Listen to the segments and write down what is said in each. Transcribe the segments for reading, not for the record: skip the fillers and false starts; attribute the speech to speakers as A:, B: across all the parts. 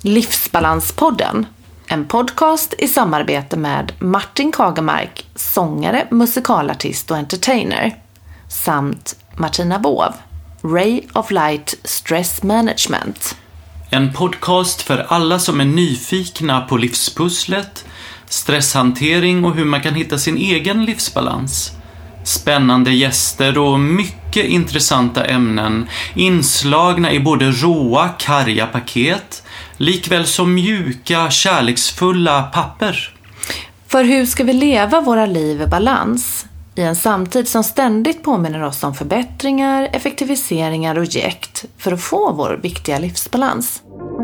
A: Livsbalanspodden, en podcast i samarbete med Martin Kagemark, sångare, musikalartist och entertainer, samt Martina Båv, Ray of Light Stress Management.
B: En podcast för alla som är nyfikna på livspusslet, stresshantering och hur man kan hitta sin egen livsbalans. Spännande gäster och mycket intressanta ämnen inslagna i både råa, karga paket likväl som mjuka, kärleksfulla papper.
A: För hur ska vi leva våra liv i balans i en samtid som ständigt påminner oss om förbättringar, effektiviseringar och jäkt för att få vår viktiga livsbalans?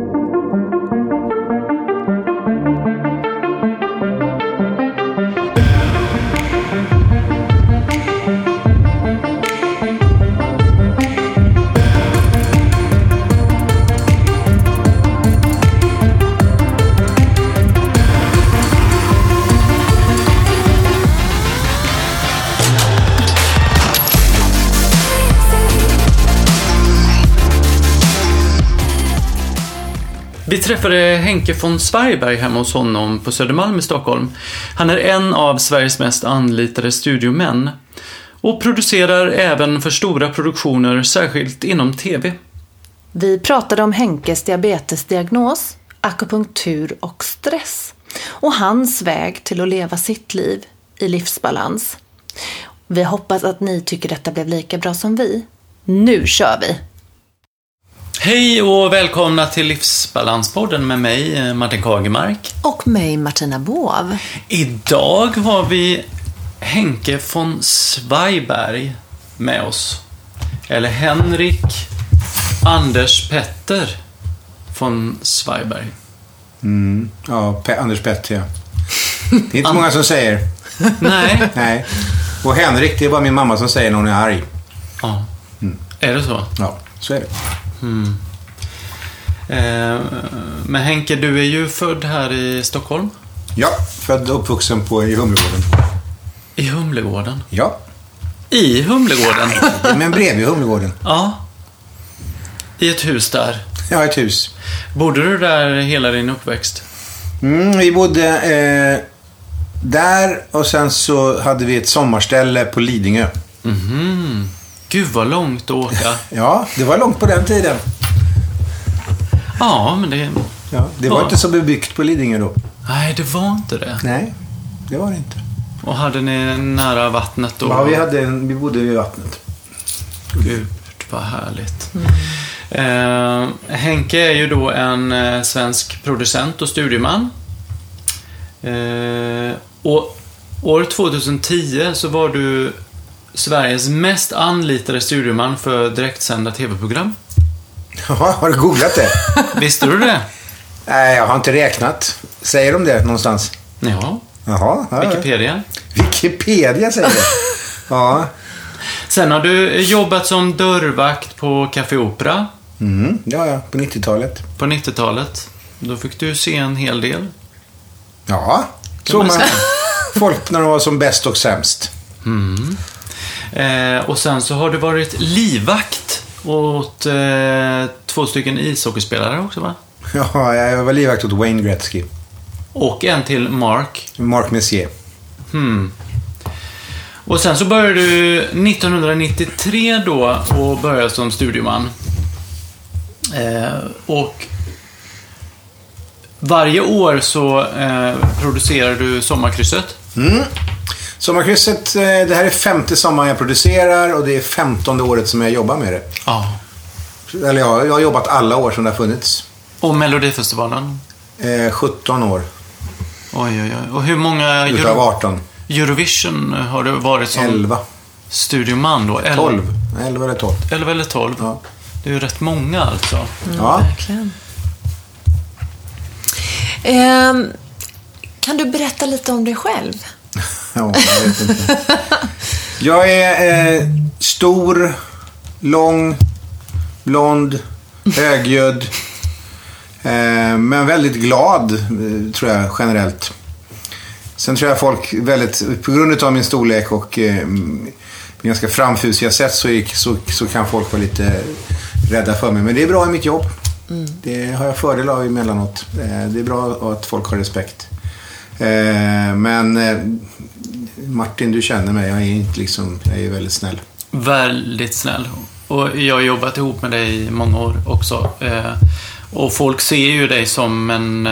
B: Vi träffade Henke von Zweigbergk hemma hos honom på Södermalm i Stockholm. Han är en av Sveriges mest anlitade studiomän och producerar även för stora produktioner, särskilt inom tv.
A: Vi pratade om Henkes diabetesdiagnos, akupunktur och stress och hans väg till att leva sitt liv i livsbalans. Vi hoppas att ni tycker detta blev lika bra som vi. Nu kör vi!
B: Hej och välkomna till Livsbalanspodden med mig, Martin Kagemark.
A: Och mig, Martina Båv.
B: Idag har vi Henke von Zweigbergk med oss. Eller Henrik Anders Petter von Zweigbergk.
C: Ja, Anders Petter, ja. Det är inte många som säger.
B: Nej.
C: Nej. Och Henrik, det är bara min mamma som säger när hon är arg.
B: Ja. Är det så?
C: Ja, så är det.
B: Men Henke, du är ju född här i Stockholm.
C: Ja, född och uppvuxen i Humlegården.
B: I Humlegården?
C: Ja.
B: I Humlegården?
C: Men bredvid Humlegården.
B: Ja. I ett hus där?
C: Ja, ett hus.
B: Bodde du där hela din uppväxt?
C: Vi bodde där och sen så hade vi ett sommarställe på Lidingö.
B: Gud vad långt att åka.
C: Ja, det var långt på den tiden.
B: Ja, men det...
C: Ja, det var inte så bebyggt på Lidingö då.
B: Nej, det var inte det.
C: Nej, det var det inte.
B: Och hade ni nära vattnet då?
C: Ja, vi bodde vid vattnet.
B: Gud, vad härligt. Henke är ju då en svensk producent och studieman. Och år 2010 så var du Sveriges mest anlitade studieman för direktsända tv-program.
C: Ja, har du googlat det?
B: Visste du det?
C: Nej, jag har inte räknat. Säger de det någonstans?
B: Ja.
C: Jaha. Ja. Wikipedia säger det. Ja.
B: Sen har du jobbat som dörrvakt på Café Opera.
C: Ja, på 90-talet.
B: På 90-talet. Då fick du se en hel del.
C: Ja, så man folk när de var som bäst och sämst.
B: Och sen så har du varit livvakt åt 2 stycken ishockeyspelare också, va?
C: Ja, jag var livvakt åt Wayne Gretzky.
B: Och en till
C: Mark Messier.
B: Och sen så började du 1993 då och började som studieman. Och varje år så producerar du Sommarkrysset.
C: Sommarkrysset, det här är 5:e sommaren jag producerar och det är 15:e året som jag jobbar med det.
B: Ja.
C: Eller jag har jobbat alla år som det har funnits.
B: Och Melodifestivalen?
C: 17 år.
B: Oj. Och hur många
C: utav 18.
B: Eurovision har du varit som
C: 11.
B: Studioman då?
C: 12. 11 eller 12.
B: 11 eller 12?
C: Ja.
B: Det är ju rätt många alltså.
C: Ja.
A: Verkligen. Kan du berätta lite om dig själv?
C: Ja, jag vet inte. Jag är stor, lång, blond, högljudd, men väldigt glad, tror jag generellt. Sen tror jag folk väldigt, på grund av min storlek och min ganska framfusiga sätt så kan folk vara lite rädda för mig. Men det är bra i mitt jobb. Det har jag fördel av emellanåt. Det är bra att folk har respekt. Men Martin, du känner mig. Jag är väldigt snäll.
B: Väldigt snäll. Och jag har jobbat ihop med dig i många år också. Och folk ser ju dig som en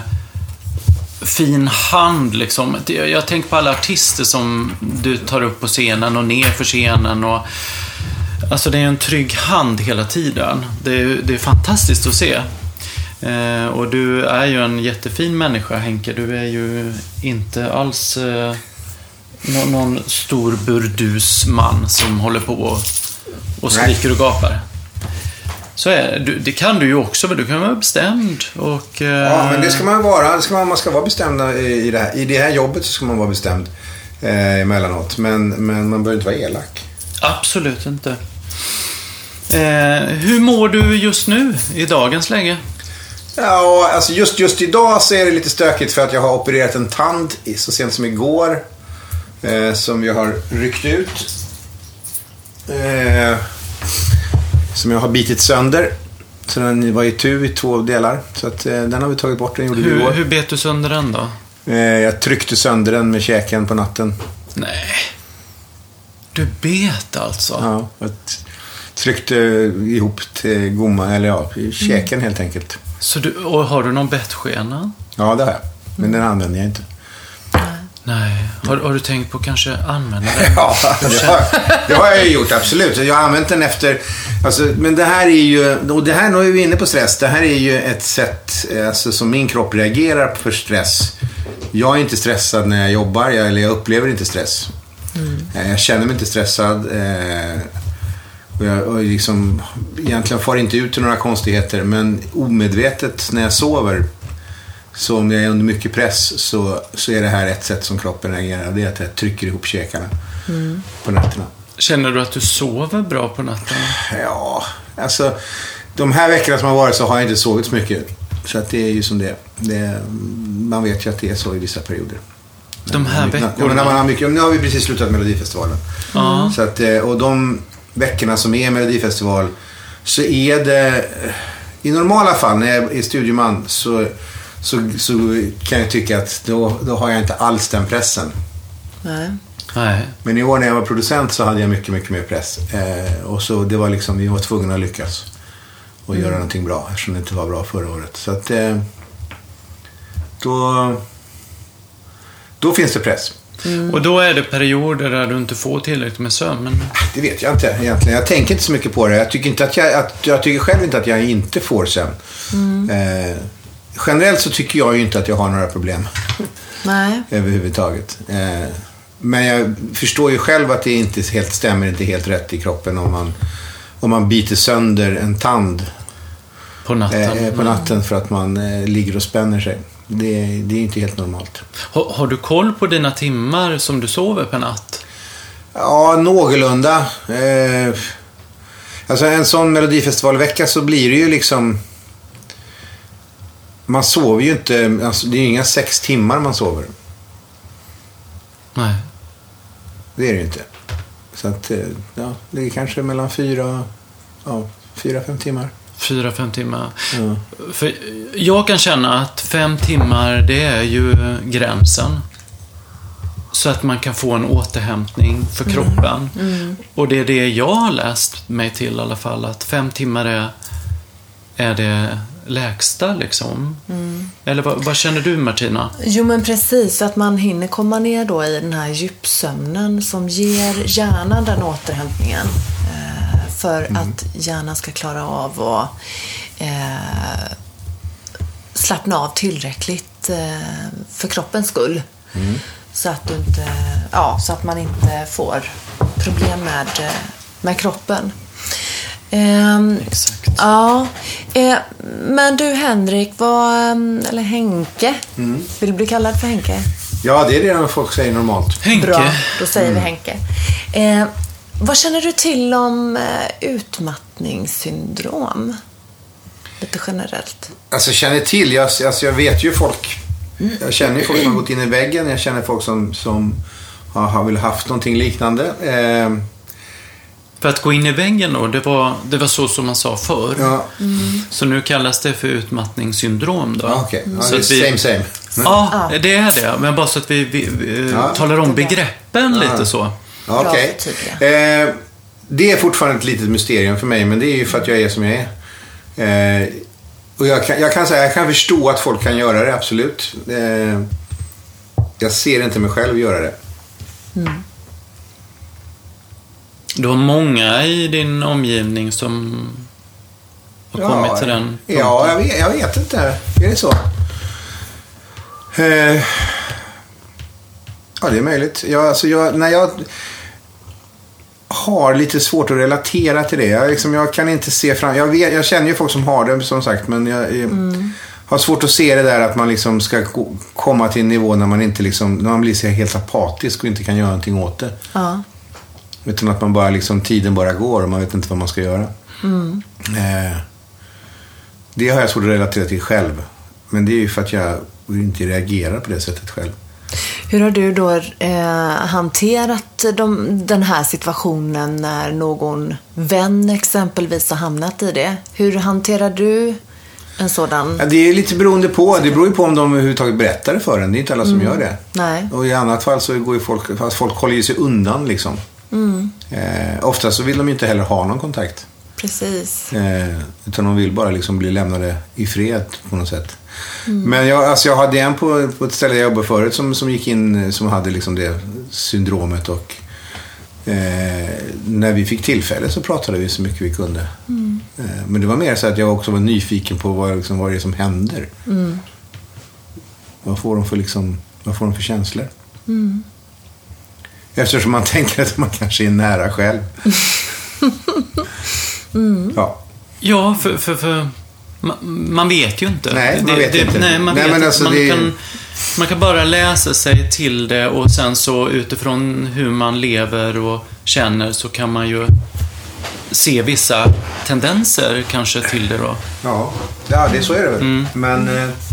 B: fin hand liksom. Jag tänker på alla artister som du tar upp på scenen och ner för scenen. Och, alltså det är en trygg hand hela tiden. Det är fantastiskt att se. Och du är ju en jättefin människa, Henke. Du är ju inte alls någon stor burdusman som håller på och skriker och gapar. Så det kan du ju också, men du kan vara bestämd. Och,
C: ja, men det ska man vara. Man ska vara bestämd i det här. I det här jobbet så ska man vara bestämd emellanåt. Men man behöver inte vara elak.
B: Absolut inte. Hur mår du just nu i dagens läge?
C: Ja, alltså just idag så är det lite stökigt för att jag har opererat en tand så sent som igår. Som jag har ryckt ut. Som jag har bitit sönder. Så den var i 2 delar. Så att den har vi tagit bort. Den gjorde vi igår.
B: Hur bet du sönder den då?
C: Jag tryckte sönder den med käken på natten.
B: Nej. Du bet alltså?
C: Ja, jag tryckte ihop till gomma, eller käken helt enkelt.
B: Så och har du någon bettskena?
C: Ja, det har jag. Men den använder jag inte.
B: Nej. Har du tänkt på kanske använda den?
C: Ja, det har jag gjort, absolut. Jag har använt den efter... Alltså, men det här är ju... Och det här, nu är vi inne på stress. Det här är ju ett sätt som min kropp reagerar för stress. Jag är inte stressad när jag jobbar. Eller jag upplever inte stress. Jag känner mig inte stressad. Och liksom egentligen får inte ut till några konstigheter. Men omedvetet när jag sover, så om jag är under mycket press, så är det här ett sätt som kroppen reagerar. Det är att jag trycker ihop käkarna på nätterna.
B: Känner du att du sover bra på natten?
C: Ja, alltså de här veckorna som har varit så har jag inte sovit så mycket. Så att det är ju som man vet ju att det är så i vissa perioder.
B: De här veckorna?
C: Ja, men när man har mycket, nu har vi precis slutat Melodifestivalen. Så att, och de veckorna som är Melodifestival, så är det i normala fall när jag är studieman så kan jag tycka att då har jag inte alls den pressen. Nej. Men i år när jag var producent så hade jag mycket, mycket mer press. Och så det var liksom, vi var tvungna att lyckas och göra någonting bra, eftersom det inte var bra förra året. Så att då finns det press.
B: Och då är det perioder där du inte får tillräckligt med sömn. Men...
C: Det vet jag inte egentligen. Jag tänker inte så mycket på det. Jag tycker, jag tycker själv inte att jag inte får sömn. Generellt så tycker jag ju inte att jag har några problem.
A: Nej.
C: Överhuvudtaget. Men jag förstår ju själv att det inte helt stämmer, inte helt rätt i kroppen om man biter sönder en tand
B: på natten
C: för att man ligger och spänner sig. Det är inte helt normalt.
B: Har du koll på dina timmar som du sover per natt?
C: Ja, någorlunda. Alltså en sån Melodifestivalvecka så blir det ju liksom... Man sover ju inte... Alltså, det är ju inga 6 timmar man sover.
B: Nej.
C: Det är det ju inte. Så att, ja, det är kanske mellan 4-5 timmar.
B: 4-5 timmar. För jag kan känna att 5 timmar, det är ju gränsen. Så att man kan få en återhämtning för kroppen. Och det är det jag har läst mig till i alla fall. Att 5 timmar är det lägsta liksom. Eller vad känner du, Martina?
A: Jo, men precis, att man hinner komma ner då i den här djupsömnen som ger hjärnan den återhämtningen. För att hjärnan ska klara av och slappna av tillräckligt för kroppens skull. Så att så att man inte får problem med kroppen.
B: Exakt.
A: Ja. Men du, Henrik, eller Henke, vill du bli kallad för Henke?
C: Ja, det är det folk säger normalt.
B: Henke.
A: Bra, då säger vi Henke. Vad känner du till om utmattningssyndrom? Lite generellt.
C: Alltså jag känner till, jag vet ju folk. Jag känner ju folk som har gått in i väggen. Jag känner folk som har väl haft någonting liknande.
B: För att gå in i väggen då, det var så som man sa förr.
C: Ja.
B: Så nu kallas det för utmattningssyndrom då.
C: Okej. Ja,
B: Så att
C: same.
B: Ja, det är det. Men bara så att vi talar om begreppen lite så.
C: Okej. Det är fortfarande ett litet mysterium för mig, men det är ju för att jag är som jag är. Och jag kan säga, jag kan förstå att folk kan göra det, absolut. Jag ser inte mig själv göra det.
B: Du har många i din omgivning som har kommit till den punkten.
C: Ja, jag vet inte. Är det så? Ja, det är möjligt. När jag har lite svårt att relatera till det. Jag kan inte se fram... Jag känner ju folk som har det, som sagt, men jag har svårt att se det där att man liksom ska komma till en nivå när man inte liksom, när man blir så helt apatisk och inte kan göra någonting åt det.
A: Ja.
C: Utan att man bara liksom, tiden bara går och man vet inte vad man ska göra. Det har jag svårt att relatera till själv. Men det är ju för att jag inte reagerar på det sättet själv.
A: Hur har du då hanterat den här situationen när någon vän exempelvis har hamnat i det? Hur hanterar du en sådan?
C: Ja, det är lite beroende på. Det beror ju på om de överhuvudtaget berättar det för en. Det är inte alla som gör det.
A: Nej.
C: Och i annat fall så går ju folk håller ju sig undan liksom. Ofta så vill de ju inte heller ha någon kontakt.
A: Precis.
C: Utan de vill bara liksom bli lämnade i fred på något sätt. Men jag hade en på ett ställe jag jobbade förut som gick in, som hade liksom det syndromet, och när vi fick tillfälle så pratade vi så mycket vi kunde. Men det var mer så att jag också var nyfiken på vad det är som händer. Vad får de för känslor? Eftersom man tänker att man kanske är nära själv.
B: Ja, för man vet ju inte.
C: Nej, man vet inte.
B: Nej, man kan bara läsa sig till det, och sen så utifrån hur man lever och känner så kan man ju se vissa tendenser kanske till det då.
C: Ja, det så är det väl. Men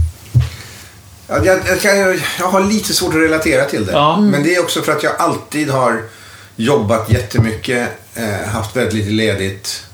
C: jag har lite svårt att relatera till det. Ja. Men det är också för att jag alltid har jobbat jättemycket, haft väldigt lite ledigt.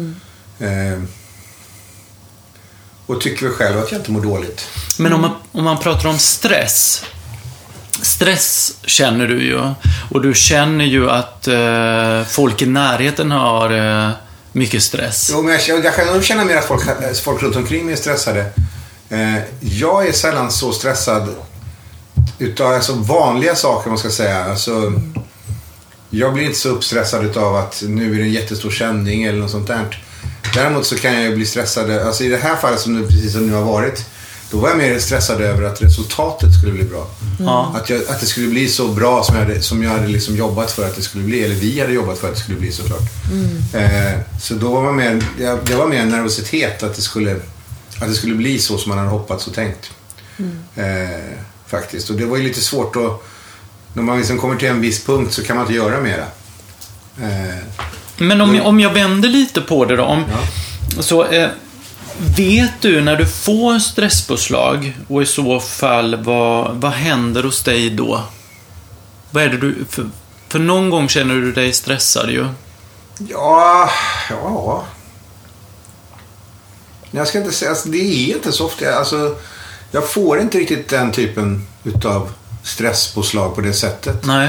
C: Och tycker väl själv att jag inte mår dåligt.
B: Men om man pratar om stress känner du ju, och du känner ju att folk i närheten har mycket stress.
C: Jo, men jag känner mer att folk runt omkring mig är stressade. Jag är sällan så stressad utav vanliga saker, man ska säga. Jag blir inte så uppstressad utav att nu är det en jättestor sändning eller något sånt där. Däremot så kan jag ju bli stressad. I det här fallet precis som nu har varit, då var jag mer stressad över att resultatet skulle bli bra. Att det skulle bli så bra som jag hade liksom jobbat för att det skulle bli, eller vi hade jobbat för att det skulle bli, såklart. Så då var det var mer en nervositet att det skulle bli så som man hade hoppats och tänkt. Faktiskt. Och det var ju lite svårt att, när man liksom kommer till en viss punkt så kan man inte göra mera.
B: Men om jag vänder lite på det då, så vet du när du får stresspåslag, och i så fall vad händer hos dig då? Vad är det du för någon gång känner du dig stressad ju?
C: Ja. Jag ska inte säga, det är inte så ofta, jag får inte riktigt den typen utav stresspåslag på det sättet.
B: Nej.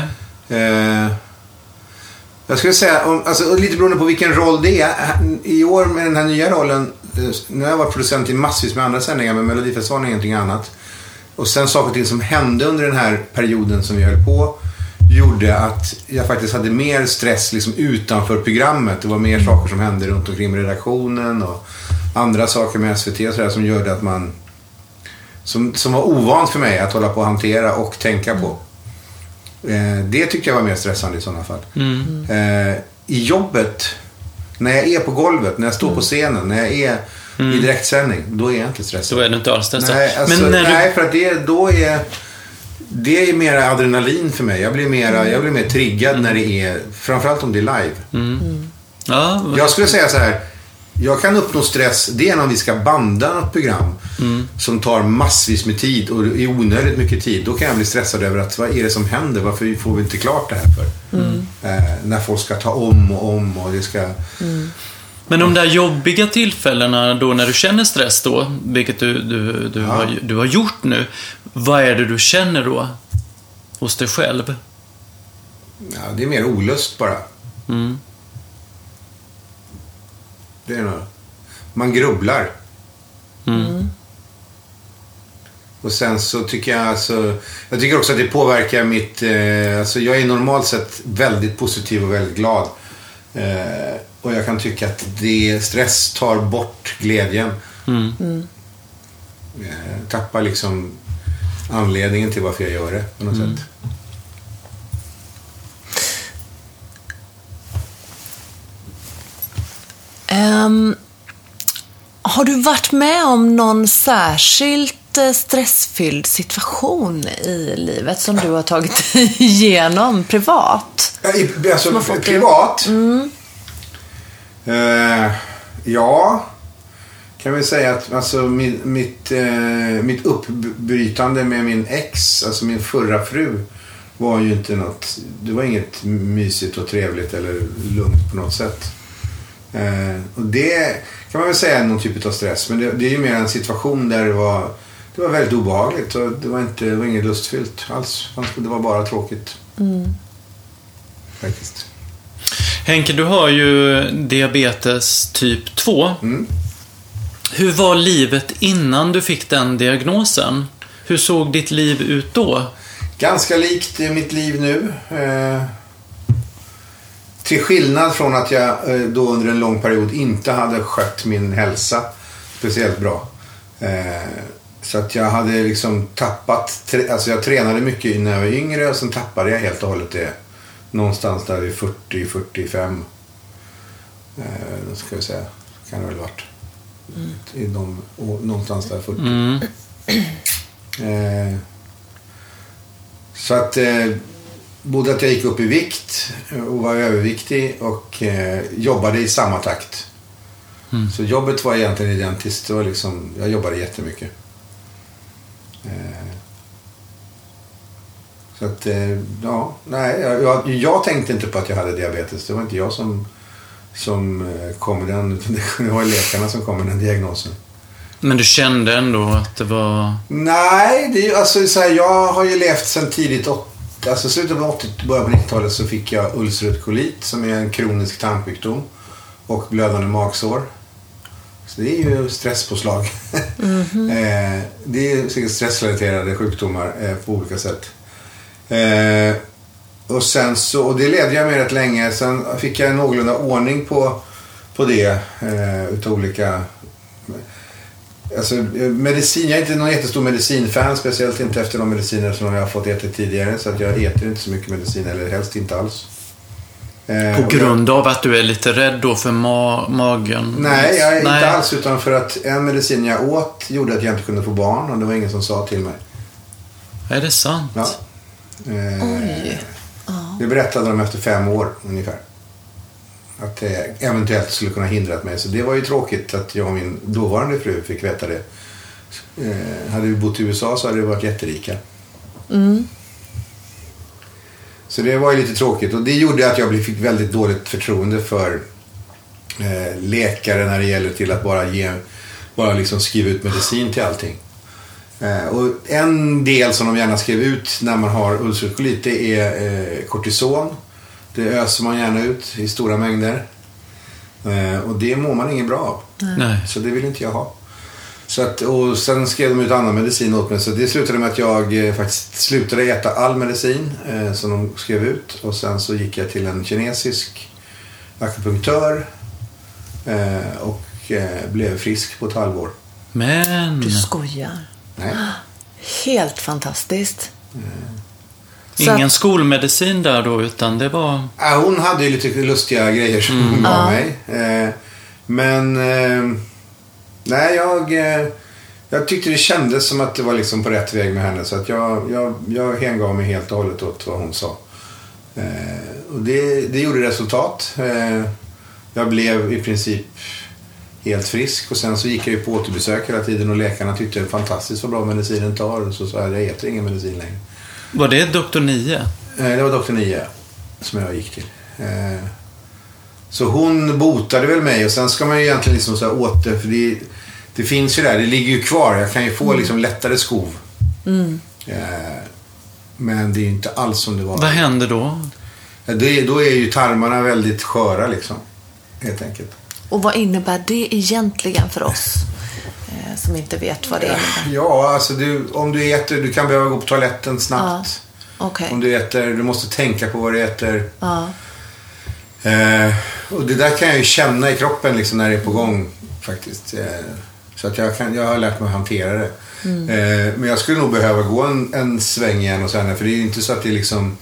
C: Jag skulle säga, lite beroende på vilken roll det är. I år med den här nya rollen, nu har jag varit producent i massvis med andra sändningar, med Melodifestivalen och ingenting annat. Och sen saker och ting som hände under den här perioden som vi höll på gjorde att jag faktiskt hade mer stress liksom utanför programmet. Det var mer saker som hände runt omkring redaktionen och andra saker med SVT och sådär, som gjorde att man som var ovant för mig att hålla på att hantera och tänka på. Det tyckte jag var mer stressande i sådana fall. I jobbet, när jag är på golvet, när jag står på scenen, när jag är i direktsändning, då är jag inte stressad.
B: Då är du inte alls stressad.
C: Nej, för att det är mer adrenalin för mig. Jag blir mer triggad när det är, framförallt om det är live.
B: Ja,
C: jag skulle säga så här: jag kan uppnå stress, det är när vi ska banda ett program som tar massvis med tid och är onödigt mycket tid. Då kan jag bli stressad över att vad är det som händer? Varför får vi inte klart det här för? När folk ska ta om och det ska...
B: Men de där jobbiga tillfällena då när du känner stress då, vilket du har gjort nu, vad är det du känner då hos dig själv?
C: Ja, det är mer olust bara. Det är nog... Man grubblar. Och sen så tycker jag jag tycker också att det påverkar mitt... jag är normalt sett väldigt positiv och väldigt glad. Och jag kan tycka att stress tar bort glädjen. Tappar liksom anledningen till varför jag gör det på något sätt.
A: Har du varit med om någon särskilt stressfylld situation i livet som du har tagit igenom privat?
C: Privat? Ja, kan vi säga att mitt uppbrytande med min ex, alltså min förra fru, var ju inte något, det var inget mysigt och trevligt eller lugnt på något sätt. Och det kan man väl säga är någon typ av stress, men det är ju mer en situation där det var väldigt obehagligt och det var inget lustfyllt alls. Det var bara tråkigt. Faktiskt.
B: Henke, du har ju diabetes typ 2. Hur var livet innan du fick den diagnosen? Hur såg ditt liv ut då?
C: Ganska likt mitt liv nu. Till skillnad från att jag då under en lång period inte hade skött min hälsa speciellt bra. Så att jag hade liksom tappat... jag tränade mycket när jag var yngre och sen tappade jag helt och hållet det. Någonstans där vid 40-45. Ska jag säga. Kan det väl varit. Någonstans där 40. Så att... både att jag gick upp i vikt och var överviktig och jobbade i samma takt. Så jobbet var egentligen identiskt. Och liksom, jag jobbade jättemycket. Så att, jag tänkte inte på att jag hade diabetes. Det var inte jag som kom med den, utan det var läkarna som kom med den diagnosen.
B: Men du kände ändå att det var...
C: Nej, det är alltså så här, jag har ju levt sedan tidigt slutet på 80, början på 90-talet så fick jag ulcerös kolit som är en kronisk tarmsjukdom och blödande magsår. Så det är ju stresspåslag. Det är säkert stressrelaterade sjukdomar på olika sätt. Och sen så, och det ledde jag med rätt länge. Sen fick jag en någorlunda ordning på det utav olika... Alltså medicin, jag är inte någon jättestor medicinfan, speciellt inte efter de mediciner som jag har fått äta tidigare, så att jag äter inte så mycket medicin, eller helst inte alls.
B: På grund av att du är lite rädd då för magen?
C: Nej, jag är inte alls, utan för att en medicin jag åt gjorde att jag inte kunde få barn och det var ingen som sa till mig.
B: Är det sant?
C: Ja. Det berättade de efter 5 år ungefär. Att det eventuellt skulle kunna hindrat mig. Så det var ju tråkigt att jag och min dåvarande fru fick veta det. Hade vi bott i USA så hade vi varit jätterika. Så det var ju lite tråkigt. Och det gjorde att jag fick väldigt dåligt förtroende för läkare när det gäller till att bara liksom skriva ut medicin till allting. Och en del som de gärna skrev ut när man har ulcerös kolit, det är kortison. Det öser man gärna ut i stora mängder. Och det mår man ingen bra av.
B: Nej.
C: Så det vill inte jag ha. Så att, och sen skrev de ut annan medicin åt mig. Så det slutade med att jag faktiskt slutade äta all medicin som de skrev ut. Och sen så gick jag till en kinesisk akupunktör. Och blev frisk på ett halvår.
B: Men...
A: Du skojar.
C: Nej.
A: Helt fantastiskt.
B: Ingen skolmedicin där då, utan det var...
C: Hon hade ju lite lustiga grejer som hon gav mig. Men nej, jag tyckte det kändes som att det var liksom på rätt väg med henne. Så att jag hängav mig helt och hållet åt vad hon sa. Och det gjorde resultat. Jag blev i princip helt frisk. Och sen så gick jag ju på återbesök hela tiden. Och läkarna tyckte det var fantastiskt vad bra medicinen tar. Så sa jag äter ingen medicin längre.
B: Var det Dr. 9?
C: Det var Dr. 9 som jag gick till. Så hon botade väl mig och sen ska man ju egentligen liksom så här för det finns ju där, det ligger ju kvar. Jag kan ju få liksom lättare skov. Men det är ju inte alls som det var.
B: Vad händer då?
C: Då är ju tarmarna väldigt sköra liksom, helt enkelt.
A: Och vad innebär det egentligen för oss som inte vet vad det innebär?
C: Ja, alltså om du äter, du kan behöva gå på toaletten snabbt.
A: Okay.
C: Om du äter, du måste tänka på vad du äter.
A: Ja.
C: Och det där kan jag ju känna i kroppen liksom när det är på gång faktiskt. Så att jag har lärt mig att hantera det. Men jag skulle nog behöva gå en sväng igen och sen, för det är ju inte så att det liksom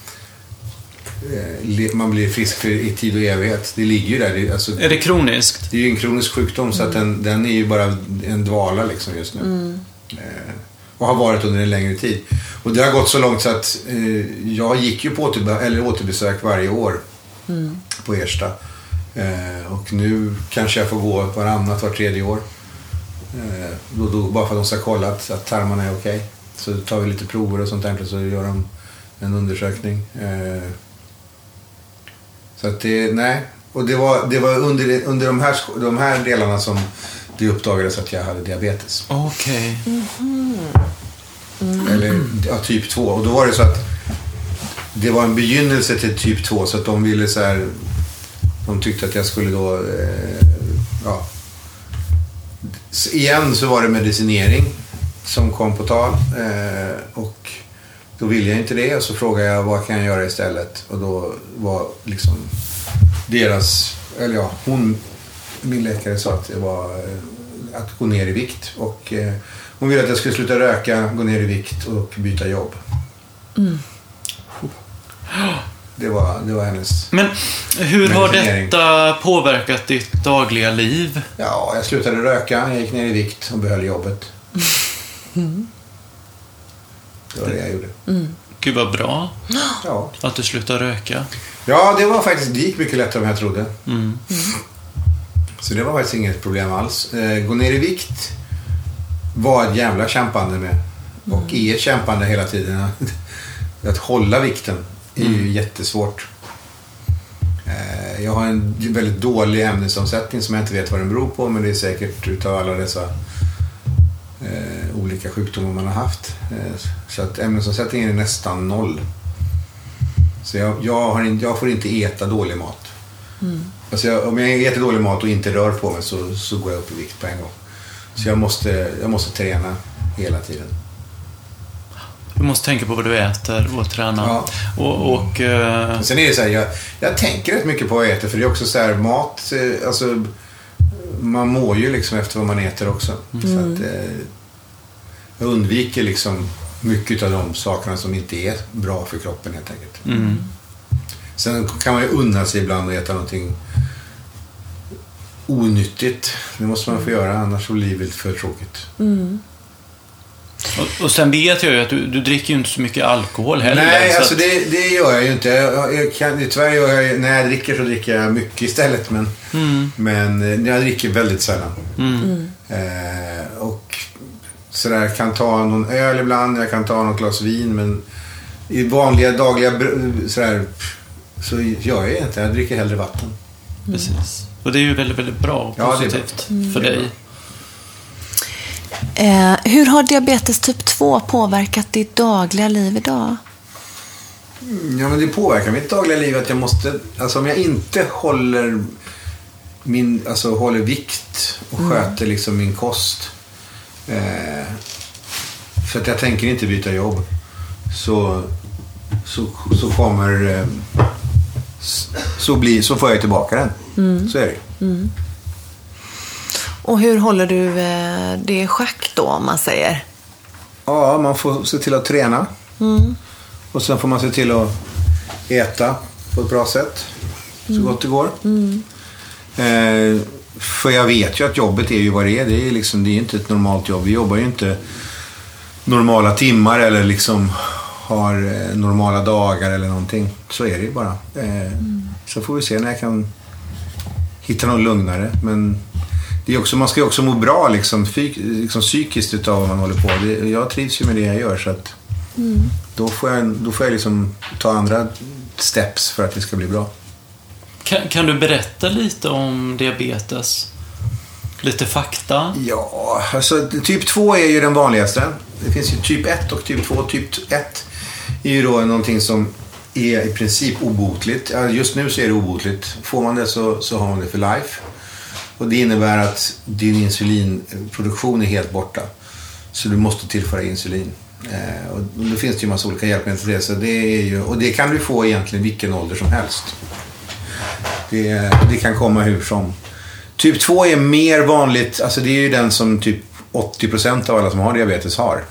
C: man blir frisk i tid och evighet. Det ligger ju där.
B: Är det kroniskt?
C: Det är ju en kronisk sjukdom så att den är ju bara en dvala liksom just nu. Och har varit under en längre tid. Och det har gått så långt så att jag gick ju på återbesök varje år på Ersta. Och nu kanske jag får gå var tredje år. Då bara för att de ska kolla att tarmarna är okej. Så tar vi lite prover och sånt där och så gör de en undersökning. Så att och det var under de här delarna som det uppdagades att jag hade diabetes.
B: Okej.
C: Eller typ 2. Och då var det så att det var en begynnelse till typ 2 så att de ville så här, de tyckte att jag skulle då igen så var det medicinering som kom på tal och då ville jag inte det och så frågade jag vad kan jag göra istället och då var liksom min läkare sa att det var att gå ner i vikt och hon ville att jag skulle sluta röka, gå ner i vikt och byta jobb. Det var hennes.
B: Men hur har detta påverkat ditt dagliga liv?
C: Ja, jag slutade röka, jag gick ner i vikt och behöll jobbet. Det var det jag gjorde.
B: Gud vad bra.
C: Ja.
B: Att du slutade röka.
C: Ja, det gick mycket lättare än jag trodde. Så det var faktiskt inget problem alls. Gå ner i vikt var ett jävla kämpande med. Och är ett kämpande hela tiden. Att hålla vikten är ju jättesvårt. Jag har en väldigt dålig ämnesomsättning som jag inte vet vad den beror på, men det är säkert utav alla dessa olika sjukdomar man har haft. Så att ämnesomsättningen är nästan 0. Så jag får inte äta dålig mat. Alltså om jag äter dålig mat och inte rör på mig så går jag upp i vikt på en gång. Så jag måste träna hela tiden.
B: Du måste tänka på vad du äter och träna. Ja.
C: Sen är det så här, jag tänker rätt mycket på vad jag äter, för det är också så här mat, alltså man mår ju liksom efter vad man äter också. Så att jag undviker liksom mycket av de sakerna som inte är bra för kroppen helt enkelt. Sen kan man ju unna sig ibland att äta någonting onyttigt. Det måste man få göra, annars så blir livet för tråkigt.
B: Och sen vet jag ju att du dricker ju inte så mycket alkohol heller.
C: Nej,
B: så
C: alltså det gör jag ju inte. Tyvärr när jag dricker så dricker jag mycket istället. Men jag dricker väldigt sällan. Och sådär, kan ta någon öl ibland, jag kan ta något glas vin, men i vanliga dagliga sådär, så gör jag inte. Jag dricker hellre vatten.
B: Precis. Och det är ju väldigt, väldigt bra och positivt för dig.
A: Hur har diabetes typ 2 påverkat ditt dagliga liv idag?
C: Ja, men det påverkar mitt dagliga liv att jag måste, alltså om jag inte håller håller vikt och sköter liksom min kost, för att jag tänker inte byta jobb, så kommer så får jag tillbaka den. Så är det.
A: Och hur håller du det i schack då, om man säger?
C: Ja, man får se till att träna. Och sen får man se till att äta på ett bra sätt. Så gott det går. För jag vet ju att jobbet är ju vad det är. Det är inte ett normalt jobb. Vi jobbar ju inte normala timmar eller liksom har normala dagar eller någonting. Så är det ju bara. Så får vi se när jag kan hitta något lugnare. Men det är också, man ska ju också må bra liksom psykiskt utav vad man håller på. Jag trivs ju med det jag gör, så att då får jag liksom ta andra steps för att det ska bli bra.
B: Kan du berätta lite om diabetes? Lite fakta?
C: Ja, alltså typ 2 är ju den vanligaste. Det finns ju typ 1 och typ 2. Typ 1 är ju då någonting som är i princip obotligt. Just nu så är det obotligt. Får man det så har man det för life. Och det innebär att din insulinproduktion är helt borta. Så du måste tillföra insulin. Och då finns det ju en massa olika hjälpmedel till det. Så det är ju, och det kan du få egentligen vilken ålder som helst. Det kan komma hur som. Typ 2 är mer vanligt. Alltså det är ju den som typ 80% av alla som har diabetes har.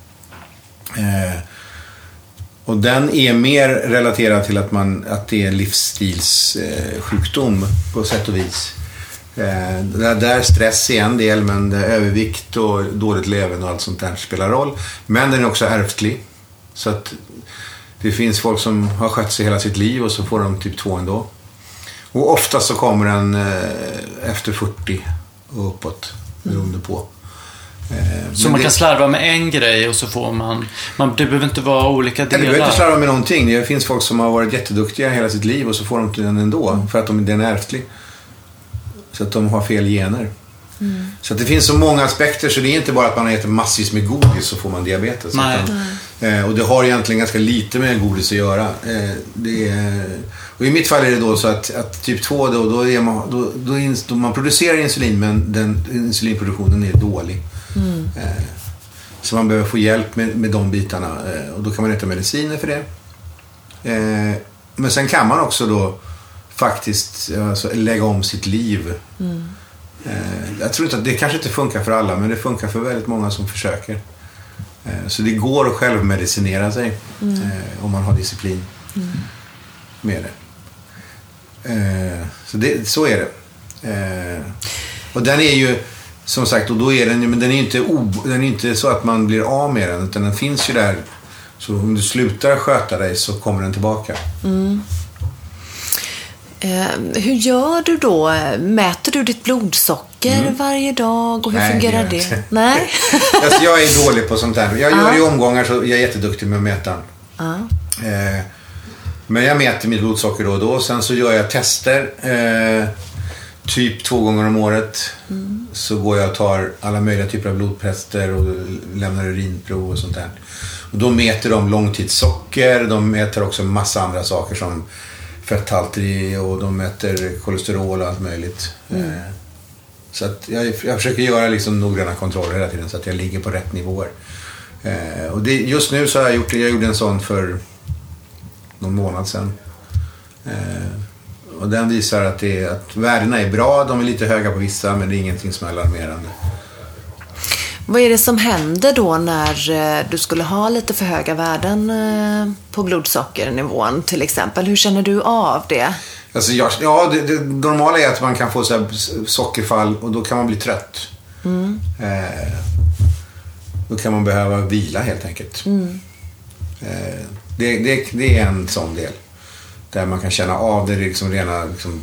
C: Och den är mer relaterad till att det är en livsstilssjukdom på sätt och vis. Där stress är en del, men övervikt och dåligt leverne och allt sånt där spelar roll. Men den är också ärftlig. Så att det finns folk som har skött sig hela sitt liv och så får de typ 2 ändå. Och ofta så kommer den efter 40 och uppåt, beroende på.
B: Så man kan slarva med en grej och så får man det behöver inte vara olika delar.
C: Du behöver inte slarva med någonting. Det finns folk som har varit jätteduktiga hela sitt liv och så får de den ändå för att den är ärftlig. Så att de har fel gener. Så att det finns så många aspekter, så det är inte bara att man äter massvis med godis så får man diabetes. Och det har egentligen ganska lite med godis att göra. Och i mitt fall är det då så att typ 2 då man producerar insulin, men den insulinproduktionen är dålig. Så man behöver få hjälp med de bitarna, och då kan man äta mediciner för det. Men sen kan man också då faktiskt lägga om sitt liv. Jag tror inte att det kanske inte funkar för alla, men det funkar för väldigt många som försöker. Så det går att självmedicinera sig om man har disciplin med det. Så är det. Och den är ju som sagt, och då är den ju, men den är inte så att man blir av med den, utan den finns ju där. Så om du slutar sköta dig så kommer den tillbaka.
A: Hur gör du då? Mäter du ditt blodsocker varje dag? Och hur fungerar det? Nej.
C: Alltså, jag är dålig på sånt här. Jag gör i omgångar, så jag är jätteduktig med att mäta. Men jag mäter mitt blodsocker då och då. Sen så gör jag tester. Typ 2 gånger om året. Så går jag och tar alla möjliga typer av blodtester och lämnar urinprov och sånt där. Och då mäter de långtidssocker. De mäter också massa andra saker som fetthalter och de mäter kolesterol och allt möjligt. Så att jag försöker göra liksom noggranna kontroller hela tiden så att jag ligger på rätt nivåer. Och just nu så har jag gjorde en sån för någon månad sedan. Och den visar att värdena är bra. De är lite höga på vissa, men det är ingenting som är alarmerande.
A: Vad är det som händer då när du skulle ha lite för höga värden på blodsockernivån till exempel? Hur känner du av det?
C: Alltså det normala är att man kan få så här sockerfall och då kan man bli trött. Då kan man behöva vila helt enkelt. Det är en sån del där man kan känna av det liksom rena liksom,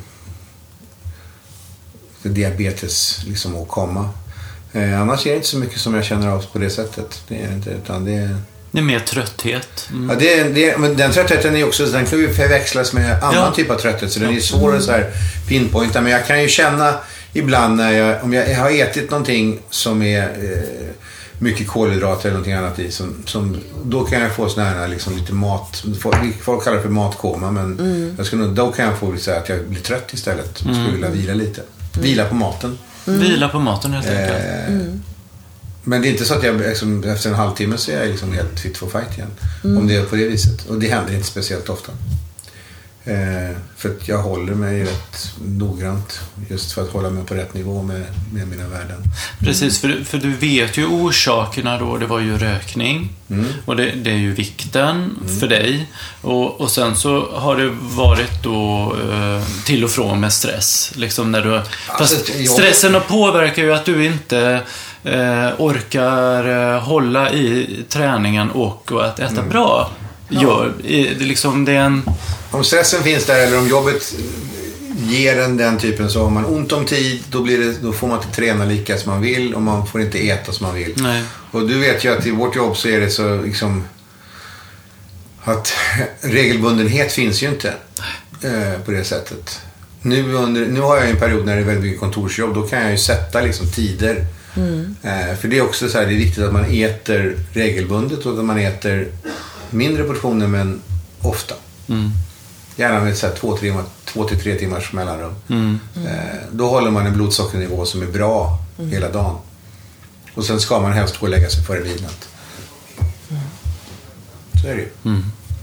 C: diabetes liksom att komma. Annars är det inte så mycket som jag känner av på det sättet. Det är inte, utan det är
B: mer trötthet.
C: Ja, men den tröttheten är också, den kan ju förväxlas med annan typ av trötthet, så den är svår att så här pinpointa. Men jag kan ju känna ibland om jag har ätit någonting som är mycket kolhydrater eller någonting annat i, som då kan jag få sån här liksom lite mat, folk kallar det för matkoma, men då kan jag få så här att jag blir trött istället och skulle vilja vila lite. Vila på maten.
B: Vila på maten helt enkelt.
C: Men det är inte så att jag liksom, efter en halvtimme så är jag liksom helt fit for fight igen. Om det är på det viset. Och det händer inte speciellt ofta. För att jag håller mig rätt noggrant. Just för att hålla mig på rätt nivå med mina värden.
B: Precis, för du vet ju orsakerna då. Det var ju rökning. Och det är ju vikten för dig. Och sen så har det varit då till och från med stress. Liksom när du, fast stressen påverkar ju att du inte orkar hålla i träningen och att äta bra.
C: Om stressen finns där eller om jobbet ger den typen, så har man ont om tid, då får man inte träna lika som man vill och man får inte äta som man vill.
B: Nej.
C: Och du vet ju att i vårt jobb så är det så liksom att regelbundenhet finns ju inte på det sättet. nu har jag en period när det är väldigt mycket kontorsjobb. Då kan jag ju sätta liksom tider. För det är också så här, det är viktigt att man äter regelbundet och att man äter mindre portioner men ofta. Gärna med 2-3 timmars mellanrum. Då håller man en blodsockernivå som är bra hela dagen. Och sen ska man helst gå och lägga sig före midnatt. Så är det ju.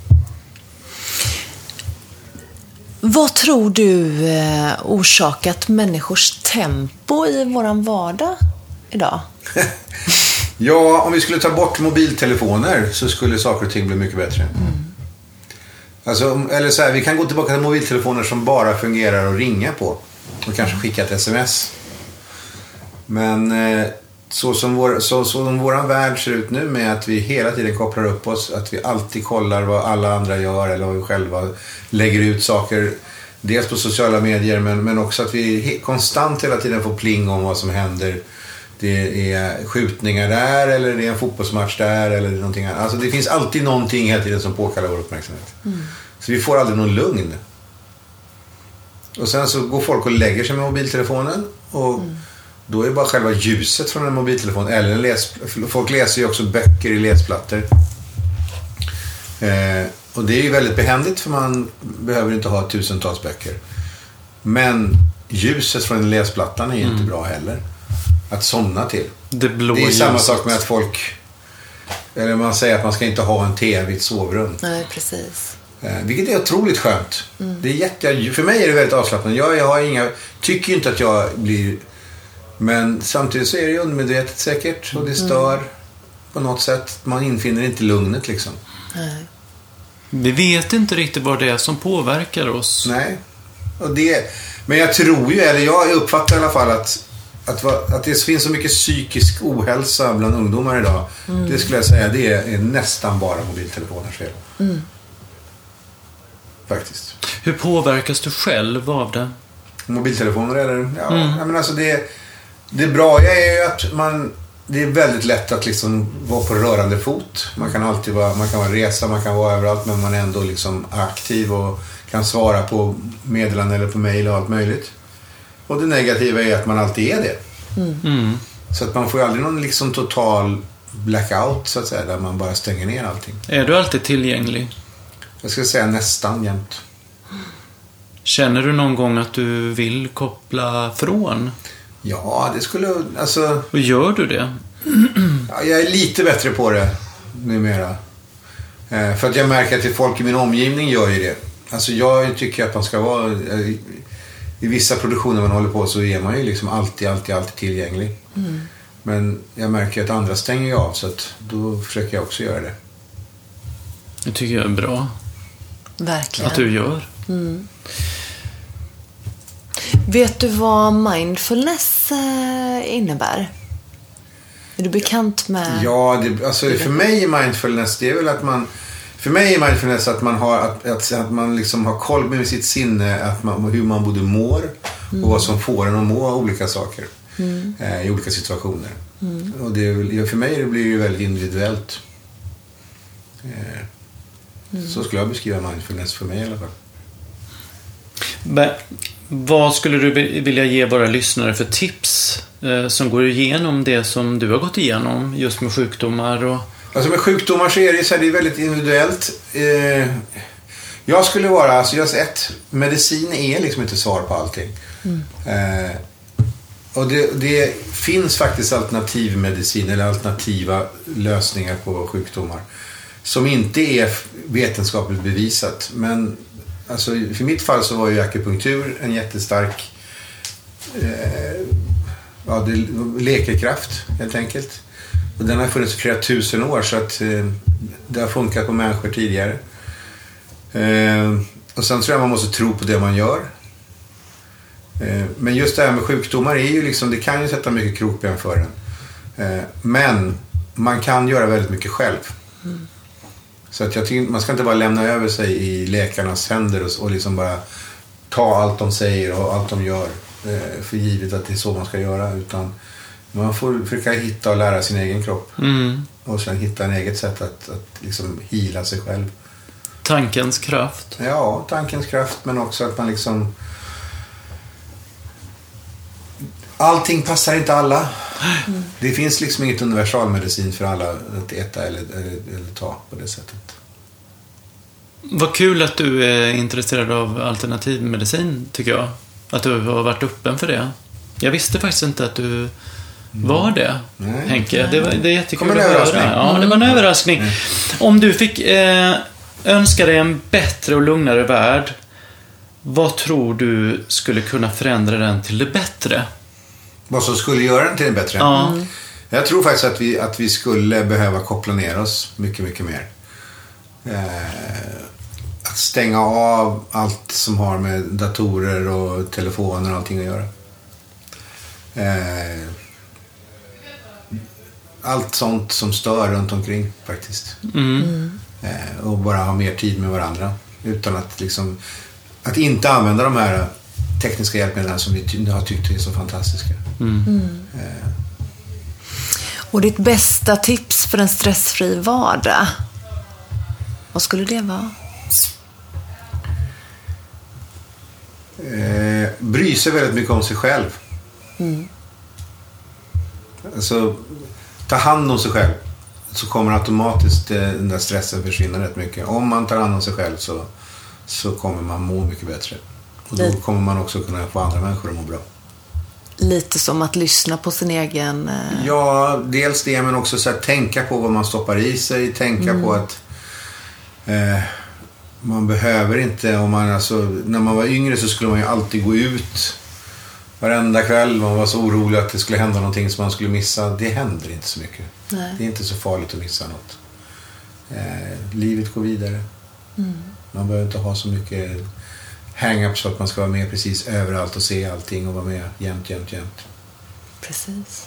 A: Vad tror du orsakat människors tempo i våran vardag idag?
C: Ja, om vi skulle ta bort mobiltelefoner så skulle saker och ting bli mycket bättre. Alltså, eller så här, vi kan gå tillbaka till mobiltelefoner som bara fungerar att ringa på. Och kanske skicka ett sms. Men så som våran värld ser ut nu med att vi hela tiden kopplar upp oss. Att vi alltid kollar vad alla andra gör eller vad vi själva lägger ut saker. Dels på sociala medier men också att vi konstant hela tiden får pling om vad som händer. Det är skjutningar där eller det är en fotbollsmatch där eller någonting annat. Alltså det finns alltid någonting hela tiden som påkallar vår uppmärksamhet. Så vi får aldrig någon lugn. Och sen så går folk och lägger sig med mobiltelefonen och då är det bara själva ljuset från en mobiltelefon eller folk läser ju också böcker i läsplattor. Och det är ju väldigt behändigt för man behöver inte ha tusentals böcker. Men ljuset från läsplattan är ju inte bra heller. Att somna till. Det är samma sak med att folk, eller man säger att man ska inte ha en tv i ett sovrum.
A: Nej, precis.
C: Vilket är otroligt skönt. Det är för mig är det väldigt avslappnande. Jag har tycker inte att jag blir, men samtidigt så är det ju undermedvetet säkert och det stör på något sätt. Man infinner inte lugnet liksom.
A: Nej.
B: Vi vet inte riktigt vad det är som påverkar oss.
C: Nej. Men jag tror ju, eller jag uppfattar i alla fall att det finns så mycket psykisk ohälsa bland ungdomar idag. Det skulle jag säga, det är nästan bara mobiltelefoners fel. Faktiskt.
B: Hur påverkas du själv av det?
C: Mobiltelefoner eller? Ja, men alltså det bra är ju att det är väldigt lätt att liksom vara på rörande fot. Man kan alltid man kan resa, man kan vara överallt men man är ändå liksom aktiv och kan svara på meddelanden eller på mejl och allt möjligt. Och det negativa är att man alltid är det. Så att man får ju aldrig någon liksom total blackout så att säga, där man bara stänger ner allting.
B: Är du alltid tillgänglig?
C: Jag skulle säga nästan jämt.
B: Känner du någon gång att du vill koppla från?
C: Ja, det skulle, alltså...
B: Och gör du det?
C: Ja, jag är lite bättre på det numera. För att jag märker att folk i min omgivning gör ju det. Alltså jag tycker att man ska vara... I vissa produktioner man håller på så är man ju liksom alltid tillgänglig. Men jag märker att andra stänger av så att då försöker jag också göra det.
B: Det tycker jag är bra.
A: Verkligen.
B: Att du gör.
A: Vet du vad mindfulness innebär? Är du bekant med?
C: Ja, alltså för mig är mindfulness det är väl att man... För mig är mindfulness att man har att man liksom har koll med sitt sinne hur man både mår och vad som får en att må olika saker i olika situationer. Och för mig blir det väldigt individuellt. Så skulle jag beskriva mindfulness för mig i alla fall.
B: Vad skulle du vilja ge våra lyssnare för tips som går igenom det som du har gått igenom just med sjukdomar och... Alltså
C: med sjukdomar så är det så här, det är väldigt individuellt. Jag skulle vara, alltså medicin är liksom inte svar på allting. Och det finns faktiskt alternativ medicin eller alternativa lösningar på sjukdomar som inte är vetenskapligt bevisat. Men alltså, för mitt fall så var ju akupunktur en jättestark läkekraft helt enkelt. Och den har funnits i flera tusen år så att det har funkat på människor tidigare. Och sen tror jag man måste tro på det man gör. Men just det här med sjukdomar är ju liksom, det kan ju sätta mycket krokben för en. Men man kan göra väldigt mycket själv. Så att jag tycker man ska inte bara lämna över sig i läkarnas händer och liksom bara ta allt de säger och allt de gör för givet att det är så man ska göra, utan man får försöka hitta och lära sin egen kropp. Och sen hitta en eget sätt att liksom hila sig själv.
B: Tankens kraft.
C: Ja, tankens kraft, men också att man liksom Allting passar inte alla. Det finns liksom inget universalmedicin för alla att äta eller ta på det sättet.
B: Vad kul att du är intresserad av alternativ medicin, tycker jag. Att du har varit öppen för det. Jag visste faktiskt inte att du var det, Henke. Det är jättekul att höra. Ja, det var en överraskning. Om du fick önska dig en bättre och lugnare värld, vad tror du skulle kunna förändra den till det bättre?
C: Vad som skulle göra den till det bättre?
B: Ja.
C: Jag tror faktiskt att vi skulle behöva koppla ner oss mycket, mycket mer. Att stänga av allt som har med datorer och telefoner och allting att göra. Allt sånt som stör runt omkring faktiskt. Och bara ha mer tid med varandra utan att liksom att inte använda de här tekniska hjälpmedlen som vi har tyckt är så fantastiska.
A: Och ditt bästa tips för en stressfri vardag, vad skulle det vara?
C: Bry sig väldigt mycket om sig själv. Alltså, ta hand om sig själv, så kommer automatiskt den där stressen försvinna rätt mycket. Om man tar hand om sig själv så kommer man må mycket bättre. Och då kommer man också kunna få andra människor att må bra.
A: Lite som att lyssna på sin egen...
C: Ja, dels det, men också så här, tänka på vad man stoppar i sig. Tänka på att man behöver inte, om man, alltså, när man var yngre så skulle man ju alltid gå ut varenda kväll. Man var så orolig att det skulle hända någonting som man skulle missa. Det händer inte så mycket.
A: Nej.
C: Det är inte så farligt att missa något. Livet går vidare. Man behöver inte ha så mycket hang-ups för att man ska vara med precis överallt och se allting och vara med jämt.
A: Precis.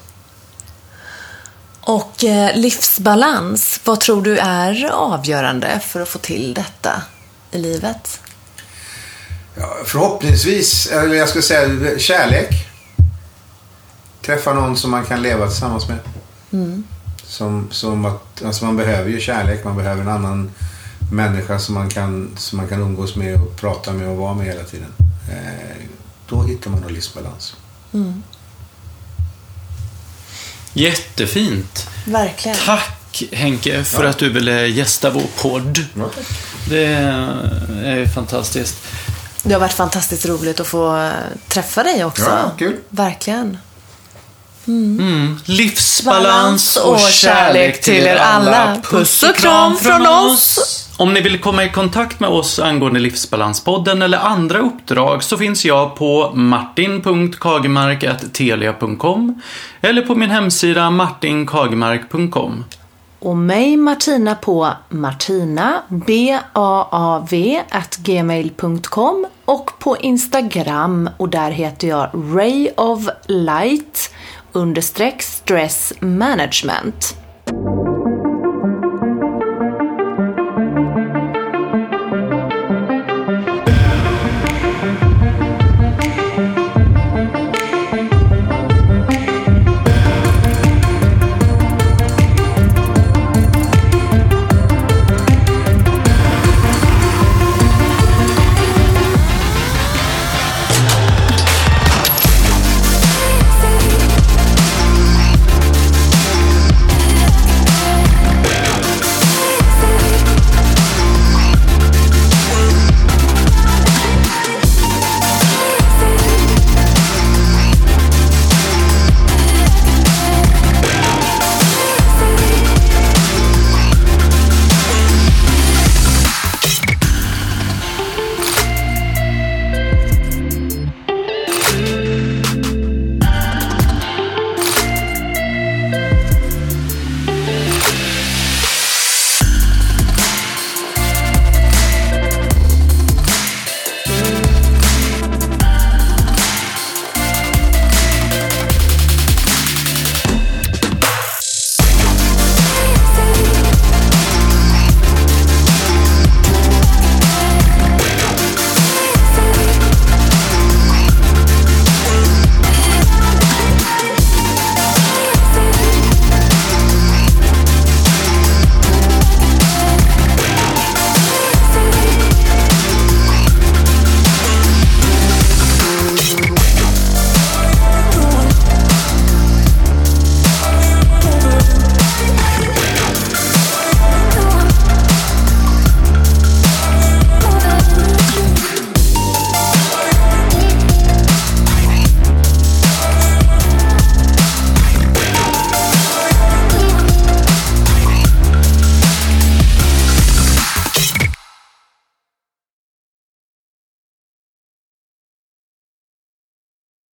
A: Och livsbalans, vad tror du är avgörande för att få till detta i livet?
C: Ja, förhoppningsvis, eller jag ska säga kärlek. Träffa någon som man kan leva tillsammans med. Som att, alltså man behöver ju kärlek, man behöver en annan människa som man kan umgås med och prata med och vara med hela tiden. Då hittar man en livsbalans.
B: Jättefint.
A: Verkligen.
B: Tack Henke för att du ville gästa vår podd.
C: Ja, tack.
B: Det är ju fantastiskt.
A: Det har varit fantastiskt roligt att få träffa dig också.
C: Ja, kul.
A: Verkligen.
B: Livsbalans och kärlek till er alla. Puss och kram från oss. Om ni vill komma i kontakt med oss angående Livsbalanspodden eller andra uppdrag så finns jag på martin.kagemark@telia.com eller på min hemsida martinkagemark.com.
A: Och mig Martina på martinabaav@gmail.com och på Instagram, och där heter jag Ray of Light _stress management.